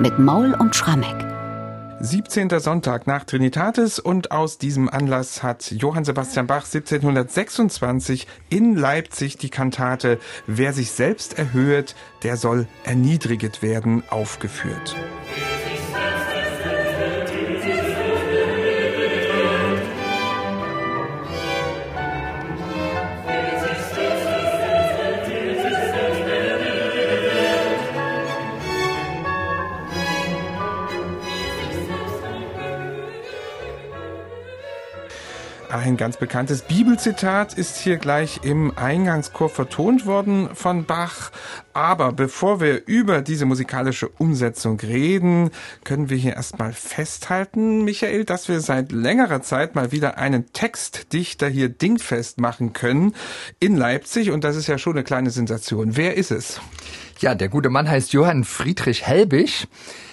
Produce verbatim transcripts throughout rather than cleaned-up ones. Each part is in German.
mit Maul und Schrammeck. siebzehnter Sonntag nach Trinitatis und aus diesem Anlass hat Johann Sebastian Bach siebzehnhundertsechsundzwanzig in Leipzig die Kantate Wer sich selbst erhöhet, der soll erniedriget werden aufgeführt. Ein ganz bekanntes Bibelzitat ist hier gleich im Eingangschor vertont worden von Bach. Aber bevor wir über diese musikalische Umsetzung reden, können wir hier erstmal festhalten, Michael, dass wir seit längerer Zeit mal wieder einen Textdichter hier dingfest machen können in Leipzig. Und das ist ja schon eine kleine Sensation. Wer ist es? Ja, der gute Mann heißt Johann Friedrich Helbig.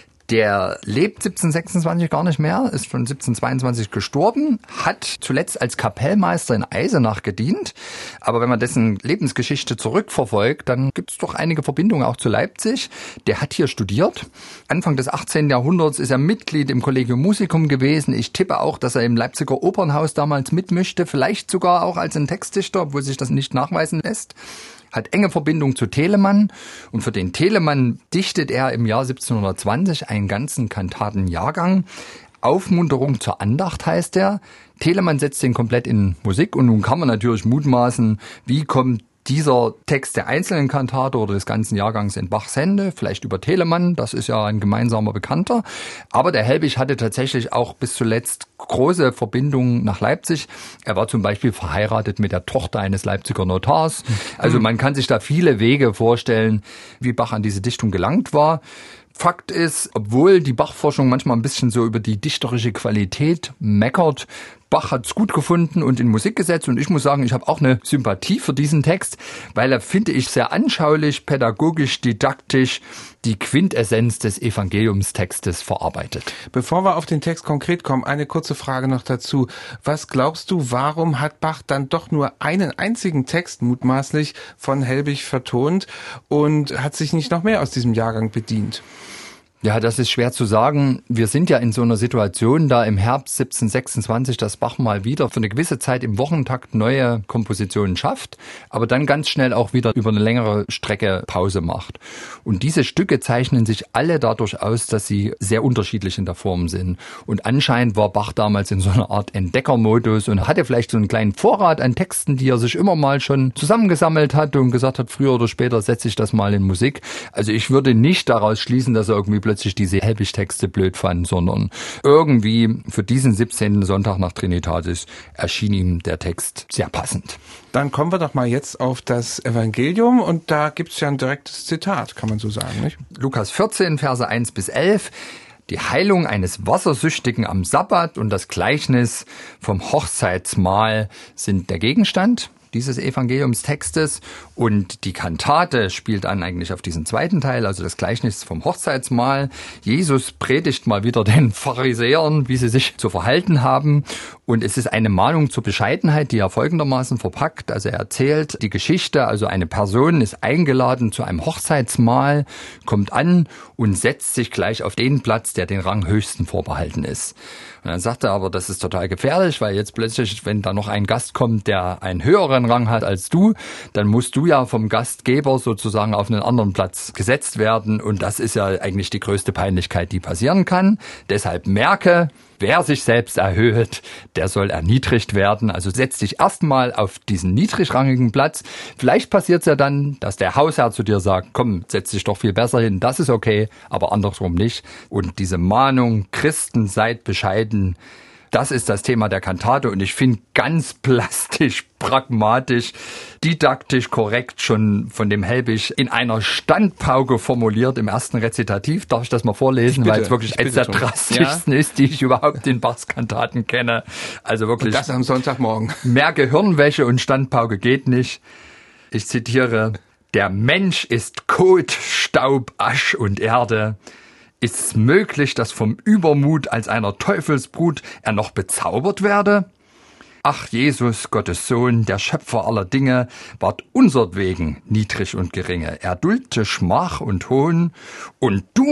Der lebt siebzehnhundertsechsundzwanzig gar nicht mehr, ist schon siebzehnhundertzweiundzwanzig gestorben, hat zuletzt als Kapellmeister in Eisenach gedient. Aber wenn man dessen Lebensgeschichte zurückverfolgt, dann gibt es doch einige Verbindungen auch zu Leipzig. Der hat hier studiert. Anfang des achtzehnten Jahrhunderts ist er Mitglied im Collegium Musicum gewesen. Ich tippe auch, dass er im Leipziger Opernhaus damals mitmischte, vielleicht sogar auch als ein Textdichter, obwohl sich das nicht nachweisen lässt. Hat enge Verbindung zu Telemann und für den Telemann dichtet er im Jahr siebzehnhundertzwanzig einen ganzen Kantatenjahrgang. Aufmunterung zur Andacht heißt er. Telemann setzt den komplett in Musik und nun kann man natürlich mutmaßen, wie kommt dieser Text der einzelnen Kantate oder des ganzen Jahrgangs in Bachs Hände, vielleicht über Telemann, das ist ja ein gemeinsamer Bekannter. Aber der Helbig hatte tatsächlich auch bis zuletzt große Verbindungen nach Leipzig. Er war zum Beispiel verheiratet mit der Tochter eines Leipziger Notars. Also man kann sich da viele Wege vorstellen, wie Bach an diese Dichtung gelangt war. Fakt ist, obwohl die Bach-Forschung manchmal ein bisschen so über die dichterische Qualität meckert, Bach hat's gut gefunden und in Musik gesetzt und ich muss sagen, ich habe auch eine Sympathie für diesen Text, weil er, finde ich, sehr anschaulich, pädagogisch, didaktisch die Quintessenz des Evangeliumstextes verarbeitet. Bevor wir auf den Text konkret kommen, eine kurze Frage noch dazu. Was glaubst du, warum hat Bach dann doch nur einen einzigen Text mutmaßlich von Helbig vertont und hat sich nicht noch mehr aus diesem Jahrgang bedient? Ja, das ist schwer zu sagen. Wir sind ja in so einer Situation, da im Herbst siebzehnhundertsechsundzwanzig das Bach mal wieder für eine gewisse Zeit im Wochentakt neue Kompositionen schafft, aber dann ganz schnell auch wieder über eine längere Strecke Pause macht. Und diese Stücke zeichnen sich alle dadurch aus, dass sie sehr unterschiedlich in der Form sind. Und anscheinend war Bach damals in so einer Art Entdeckermodus und hatte vielleicht so einen kleinen Vorrat an Texten, die er sich immer mal schon zusammengesammelt hat und gesagt hat, früher oder später setze ich das mal in Musik. Also ich würde nicht daraus schließen, dass er irgendwie plötzlich diese Helbig-Texte blöd fand, sondern irgendwie für diesen siebzehnten Sonntag nach Trinitatis erschien ihm der Text sehr passend. Dann kommen wir doch mal jetzt auf das Evangelium und da gibt es ja ein direktes Zitat, kann man so sagen, nicht? Lukas vierzehn, Verse eins bis elf. Die Heilung eines Wassersüchtigen am Sabbat und das Gleichnis vom Hochzeitsmahl sind der Gegenstand dieses Evangeliumstextes und die Kantate spielt an eigentlich auf diesen zweiten Teil, also das Gleichnis vom Hochzeitsmahl. Jesus predigt mal wieder den Pharisäern, wie sie sich zu verhalten haben und es ist eine Mahnung zur Bescheidenheit, die er folgendermaßen verpackt. Also er erzählt die Geschichte, also eine Person ist eingeladen zu einem Hochzeitsmahl, kommt an und setzt sich gleich auf den Platz, der den Ranghöchsten vorbehalten ist. Und dann sagt er aber, das ist total gefährlich, weil jetzt plötzlich, wenn da noch ein Gast kommt, der einen höheren Rang hat als du, dann musst du ja vom Gastgeber sozusagen auf einen anderen Platz gesetzt werden. Und das ist ja eigentlich die größte Peinlichkeit, die passieren kann. Deshalb merke, wer sich selbst erhöht, der soll erniedrigt werden. Also setz dich erstmal auf diesen niedrigrangigen Platz. Vielleicht passiert es ja dann, dass der Hausherr zu dir sagt, komm, setz dich doch viel besser hin, das ist okay, aber andersrum nicht. Und diese Mahnung, Christen, seid bescheiden, das ist das Thema der Kantate und ich finde ganz plastisch, pragmatisch, didaktisch korrekt schon von dem Helbig in einer Standpauke formuliert im ersten Rezitativ. Darf ich das mal vorlesen, bitte, weil es wirklich eines der drastischsten ja? ist, die ich überhaupt in Bachs Kantaten kenne. Also wirklich. Und das am Sonntagmorgen. Mehr Gehirnwäsche und Standpauke geht nicht. Ich zitiere, der Mensch ist Kot, Staub, Asch und Erde. Ist es möglich, dass vom Übermut als einer Teufelsbrut er noch bezaubert werde? Ach, Jesus, Gottes Sohn, der Schöpfer aller Dinge, ward unsertwegen niedrig und geringe. Er duldete Schmach und Hohn. Und du,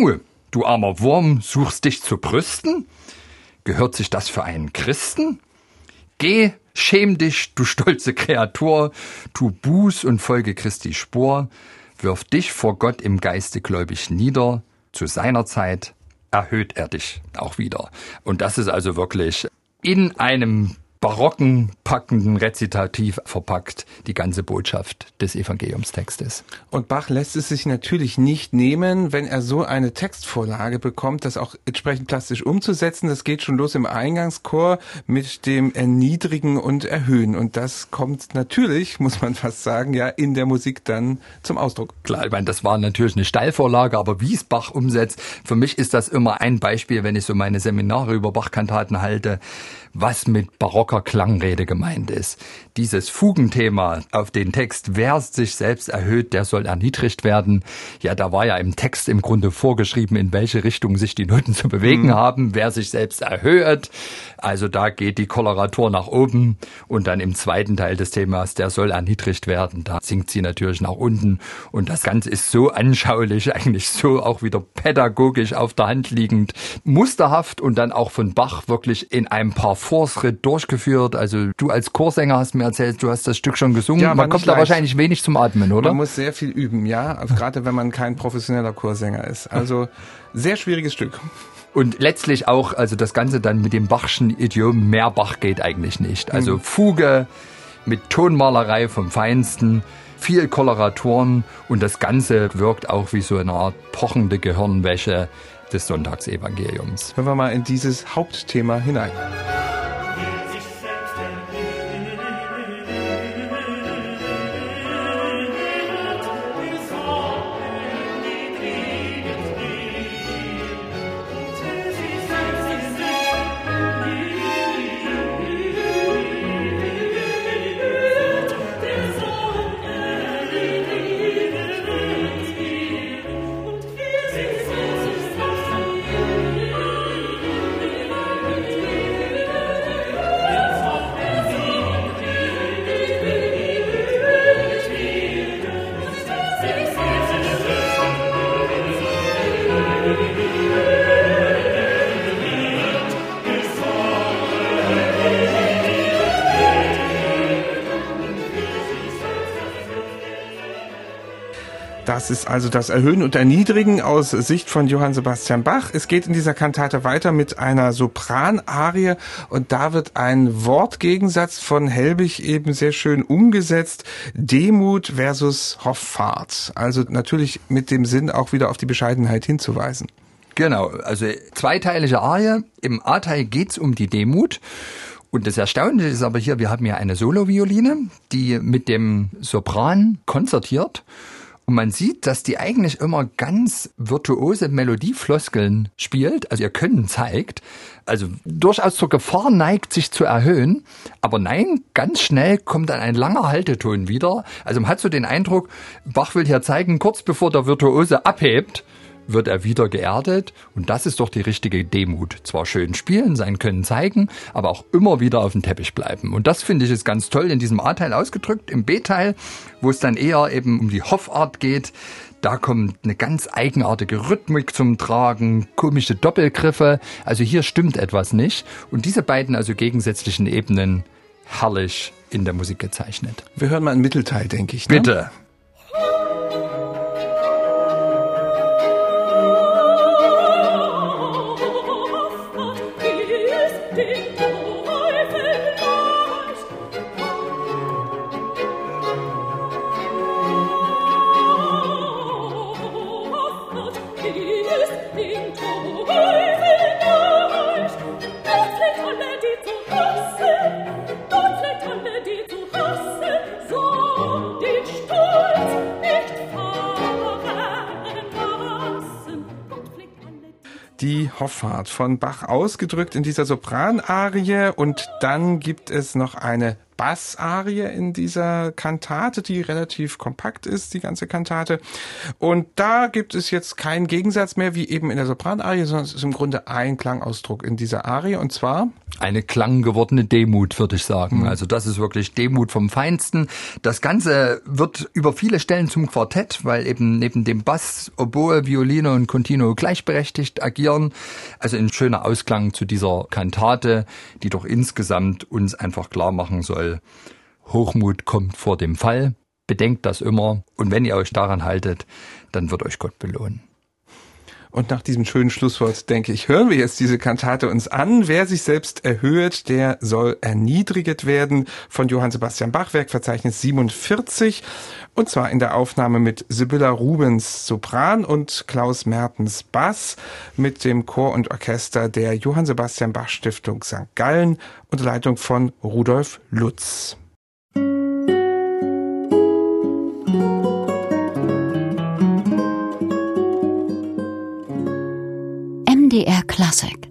Du armer Wurm, suchst dich zu brüsten? Gehört sich das für einen Christen? Geh, schäm dich, du stolze Kreatur, tu Buß und folge Christi Spur, wirf dich vor Gott im Geiste gläubig nieder, zu seiner Zeit erhöht er dich auch wieder. Und das ist also wirklich in einem barocken, packenden Rezitativ verpackt, die ganze Botschaft des Evangeliumstextes. Und Bach lässt es sich natürlich nicht nehmen, wenn er so eine Textvorlage bekommt, das auch entsprechend plastisch umzusetzen. Das geht schon los im Eingangschor mit dem Erniedrigen und Erhöhen. Und das kommt natürlich, muss man fast sagen, ja, in der Musik dann zum Ausdruck. Klar, ich meine, das war natürlich eine Steilvorlage, aber wie es Bach umsetzt, für mich ist das immer ein Beispiel, wenn ich so meine Seminare über Bach-Kantaten halte, was mit barocker Klangrede gemeint ist. Dieses Fugenthema auf den Text, wer sich selbst erhöht, der soll erniedrigt werden. Ja, da war ja im Text im Grunde vorgeschrieben, in welche Richtung sich die Noten zu bewegen mhm. haben. Wer sich selbst erhöht, also da geht die Koloratur nach oben. Und dann im zweiten Teil des Themas, der soll erniedrigt werden, da sinkt sie natürlich nach unten. Und das Ganze ist so anschaulich, eigentlich so auch wieder pädagogisch auf der Hand liegend, musterhaft und dann auch von Bach wirklich in einem Parforce-Ritt durchgeführt. Also du als Chorsänger hast mir erzählt, du hast das Stück schon gesungen. Ja, man kommt da wahrscheinlich wenig zum Atmen, oder? Man muss sehr viel üben, ja, gerade wenn man kein professioneller Chorsänger ist. Also sehr schwieriges Stück. Und letztlich auch, also das Ganze dann mit dem Bachschen Idiom, mehr Bach geht eigentlich nicht. Also Fuge mit Tonmalerei vom Feinsten, viel Koloraturen und das Ganze wirkt auch wie so eine Art pochende Gehirnwäsche des Sonntagsevangeliums. Hören wir mal in dieses Hauptthema hinein. Das ist also das Erhöhen und Erniedrigen aus Sicht von Johann Sebastian Bach. Es geht in dieser Kantate weiter mit einer Sopranarie und da wird ein Wortgegensatz von Helbig eben sehr schön umgesetzt. Demut versus Hoffart. Also natürlich mit dem Sinn auch wieder auf die Bescheidenheit hinzuweisen. Genau, also zweiteilige Arie. Im A-Teil geht's um die Demut. Und das Erstaunliche ist aber hier, wir haben hier eine Solovioline, die mit dem Sopran konzertiert. Und man sieht, dass die eigentlich immer ganz virtuose Melodiefloskeln spielt, also ihr Können zeigt, also durchaus zur Gefahr neigt, sich zu erhöhen. Aber nein, ganz schnell kommt dann ein langer Halteton wieder. Also man hat so den Eindruck, Bach will hier zeigen, kurz bevor der Virtuose abhebt, wird er wieder geerdet. Und das ist doch die richtige Demut. Zwar schön spielen, sein Können zeigen, aber auch immer wieder auf dem Teppich bleiben. Und das finde ich ist ganz toll in diesem A-Teil ausgedrückt. Im B-Teil, wo es dann eher eben um die Hoffart geht, da kommt eine ganz eigenartige Rhythmik zum Tragen, komische Doppelgriffe. Also hier stimmt etwas nicht. Und diese beiden also gegensätzlichen Ebenen herrlich in der Musik gezeichnet. Wir hören mal einen Mittelteil, denke ich. Ne? Bitte. Die Hoffart von Bach ausgedrückt in dieser Sopranarie und dann gibt es noch eine Bassarie in dieser Kantate, die relativ kompakt ist, die ganze Kantate. Und da gibt es jetzt keinen Gegensatz mehr wie eben in der Sopranarie, sondern es ist im Grunde ein Klangausdruck in dieser Arie und zwar Eine klanggewordene Demut, würde ich sagen. Mhm. Also das ist wirklich Demut vom Feinsten. Das Ganze wird über viele Stellen zum Quartett, weil eben neben dem Bass, Oboe, Violine und Continuo gleichberechtigt agieren. Also ein schöner Ausklang zu dieser Kantate, die doch insgesamt uns einfach klar machen soll, Hochmut kommt vor dem Fall. Bedenkt das immer. Und wenn ihr euch daran haltet, dann wird euch Gott belohnen. Und nach diesem schönen Schlusswort, denke ich, hören wir jetzt diese Kantate uns an. Wer sich selbst erhöht, der soll erniedriget werden. Von Johann Sebastian Bach, Werkverzeichnis siebenundvierzig. Und zwar in der Aufnahme mit Sibylla Rubens Sopran und Klaus Mertens Bass mit dem Chor und Orchester der Johann Sebastian Bach Stiftung Sankt Gallen unter Leitung von Rudolf Lutz. M D R Classic.